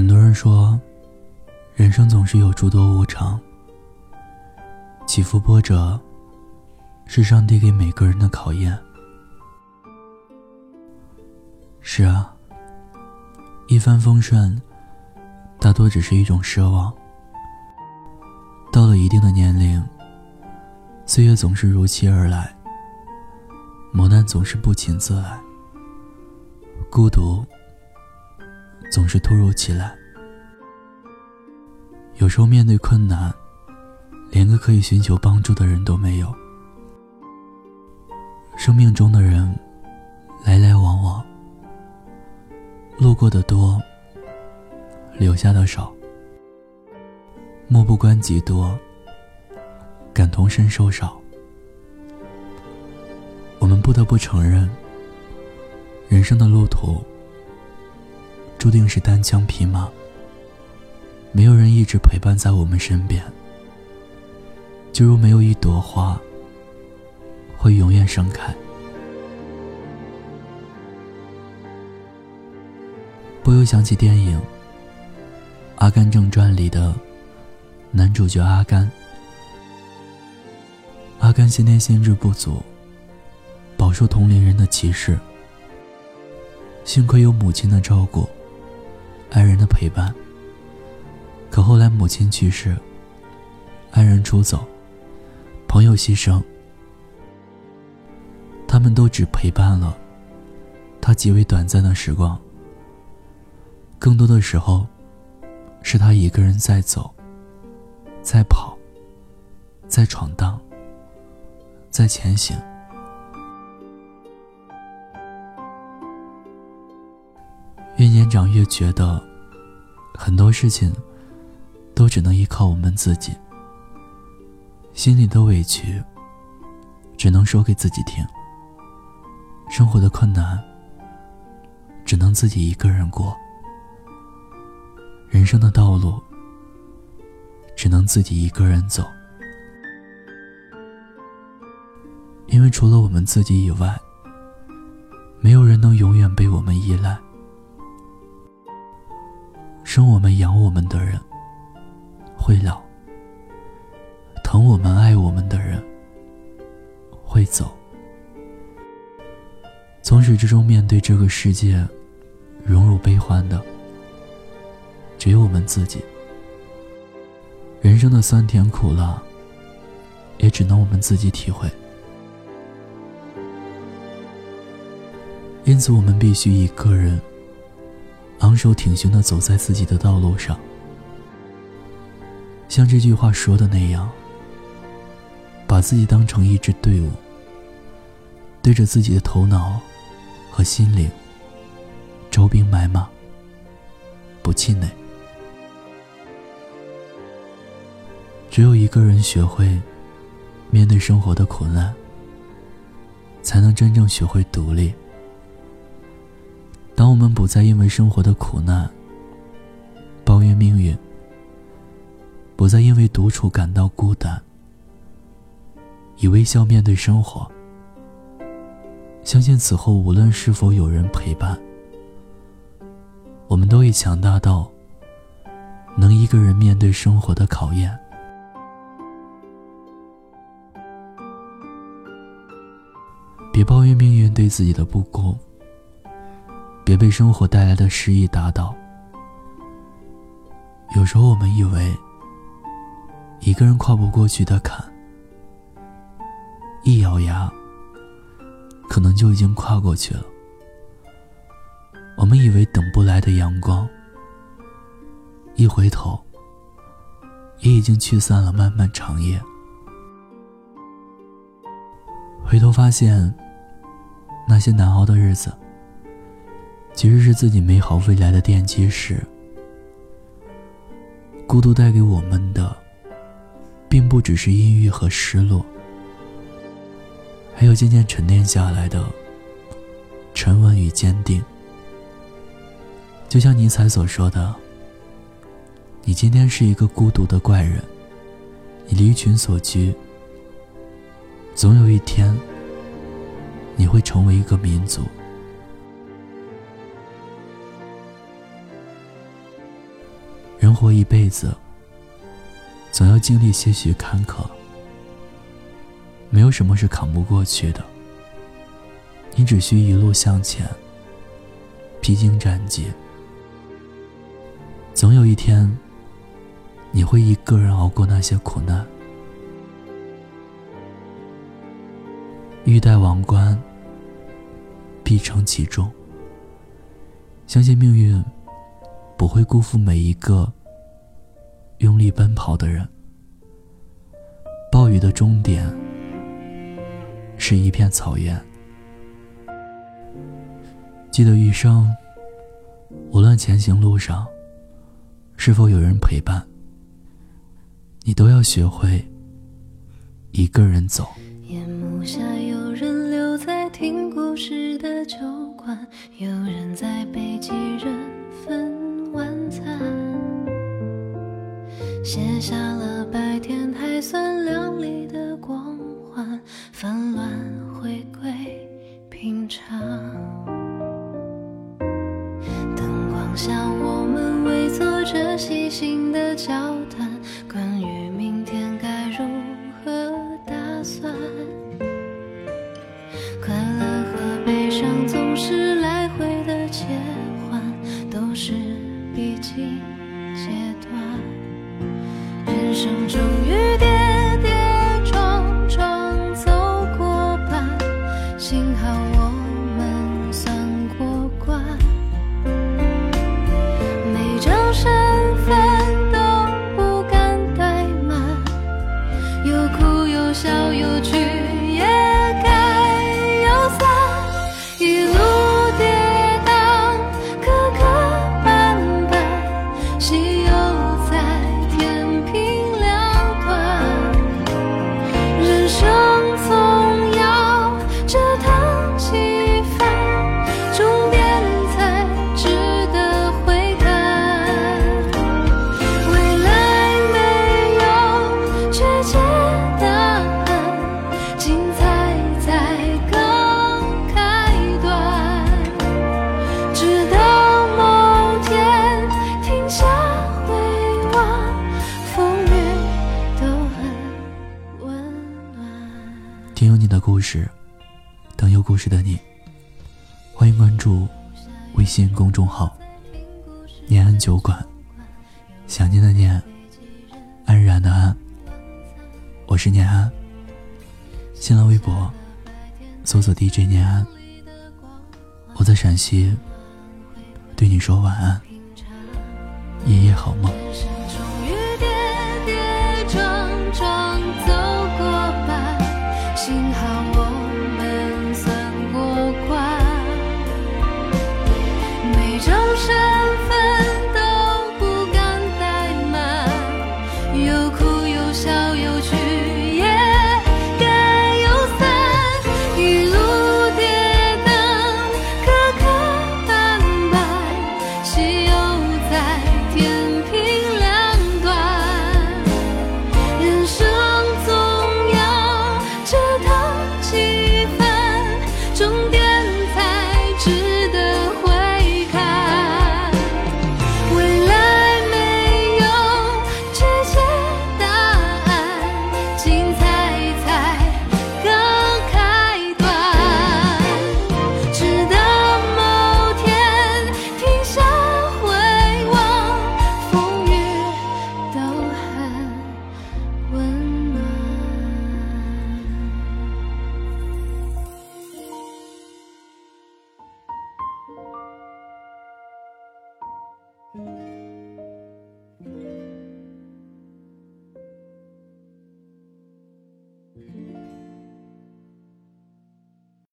多人说，人生总是有诸多无常，起伏波折是上帝给每个人的考验。是啊，一帆风顺大多只是一种奢望。到了一定的年龄，岁月总是如期而来，磨难总是不请自来，孤独总是突如其来。有时候面对困难，连个可以寻求帮助的人都没有。生命中的人来来往往，路过的多，留下的少。漠不关己多，感同身受少。我们不得不承认，人生的路途注定是单枪匹马，没有人一直陪伴在我们身边，就如没有一朵花会永远盛开。不由想起电影《阿甘正传》里的男主角阿甘。阿甘先天心智不足，饱受同龄人的歧视，幸亏有母亲的照顾，爱人的陪伴。可后来母亲去世，爱人出走，朋友牺牲，他们都只陪伴了他极为短暂的时光，更多的时候是他一个人在走，在跑，在闯荡，在前行。越年长越觉得很多事情都只能依靠我们自己，心里的委屈只能说给自己听，生活的困难只能自己一个人过，人生的道路只能自己一个人走。因为除了我们自己以外，没有人能永远被我们依赖。生我们养我们的人会老，疼我们爱我们的人会走。从始至终面对这个世界荣辱悲欢的只有我们自己，人生的酸甜苦辣也只能我们自己体会。因此我们必须一个人昂首挺胸地走在自己的道路上，像这句话说的那样，把自己当成一支队伍，对着自己的头脑和心灵招兵买马，不气馁。只有一个人学会面对生活的苦难，才能真正学会独立。当我们不再因为生活的苦难抱怨命运，不再因为独处感到孤单，以微笑面对生活，相信此后无论是否有人陪伴，我们都已强大到能一个人面对生活的考验。别抱怨命运对自己的不公，别被生活带来的失意打倒。有时候我们以为一个人跨不过去的坎，一咬牙可能就已经跨过去了。我们以为等不来的阳光，一回头也已经驱散了漫漫长夜。回头发现，那些难熬的日子其实是自己美好未来的奠基石。孤独带给我们的并不只是阴郁和失落，还有渐渐沉淀下来的沉稳与坚定。就像尼采所说的，你今天是一个孤独的怪人，你离群所居，总有一天你会成为一个民族。 活一辈子，总要经历些许坎坷，没有什么是扛不过去的。你只需一路向前，披荆斩棘，总有一天，你会一个人熬过那些苦难。欲戴王冠，必承其重。相信命运不会辜负每一个用力奔跑的人。暴雨的终点是一片草原。记得余生，无论前行路上是否有人陪伴，你都要学会一个人走。 夜幕下有人留在听故事的酒馆，有人在北极人分晚餐，写下了白天还算亮丽的光环，纷乱回归平常。灯光下我们围坐着细心的交谈，关于明天该如何打算。快乐和悲伤总是来回的切换，都是必经阶段。人生终于跌跌撞撞走过半，幸好我们算过关。每张身份都不敢怠慢，有哭有笑有聚也该有散，一路跌宕磕磕绊绊，喜忧在天平两端。人生总要折腾几番，终点才值得回看。未来没有确切答案，精彩才刚开端。直到某天停下回望，风雨都很温暖。 听有你的故事，等有故事的你。欢迎关注微信公众号念安酒馆，想念的念，安然的安。我是念安，新浪微博搜索 DJ 念安。我在陕西，对你说晚安，夜夜好梦。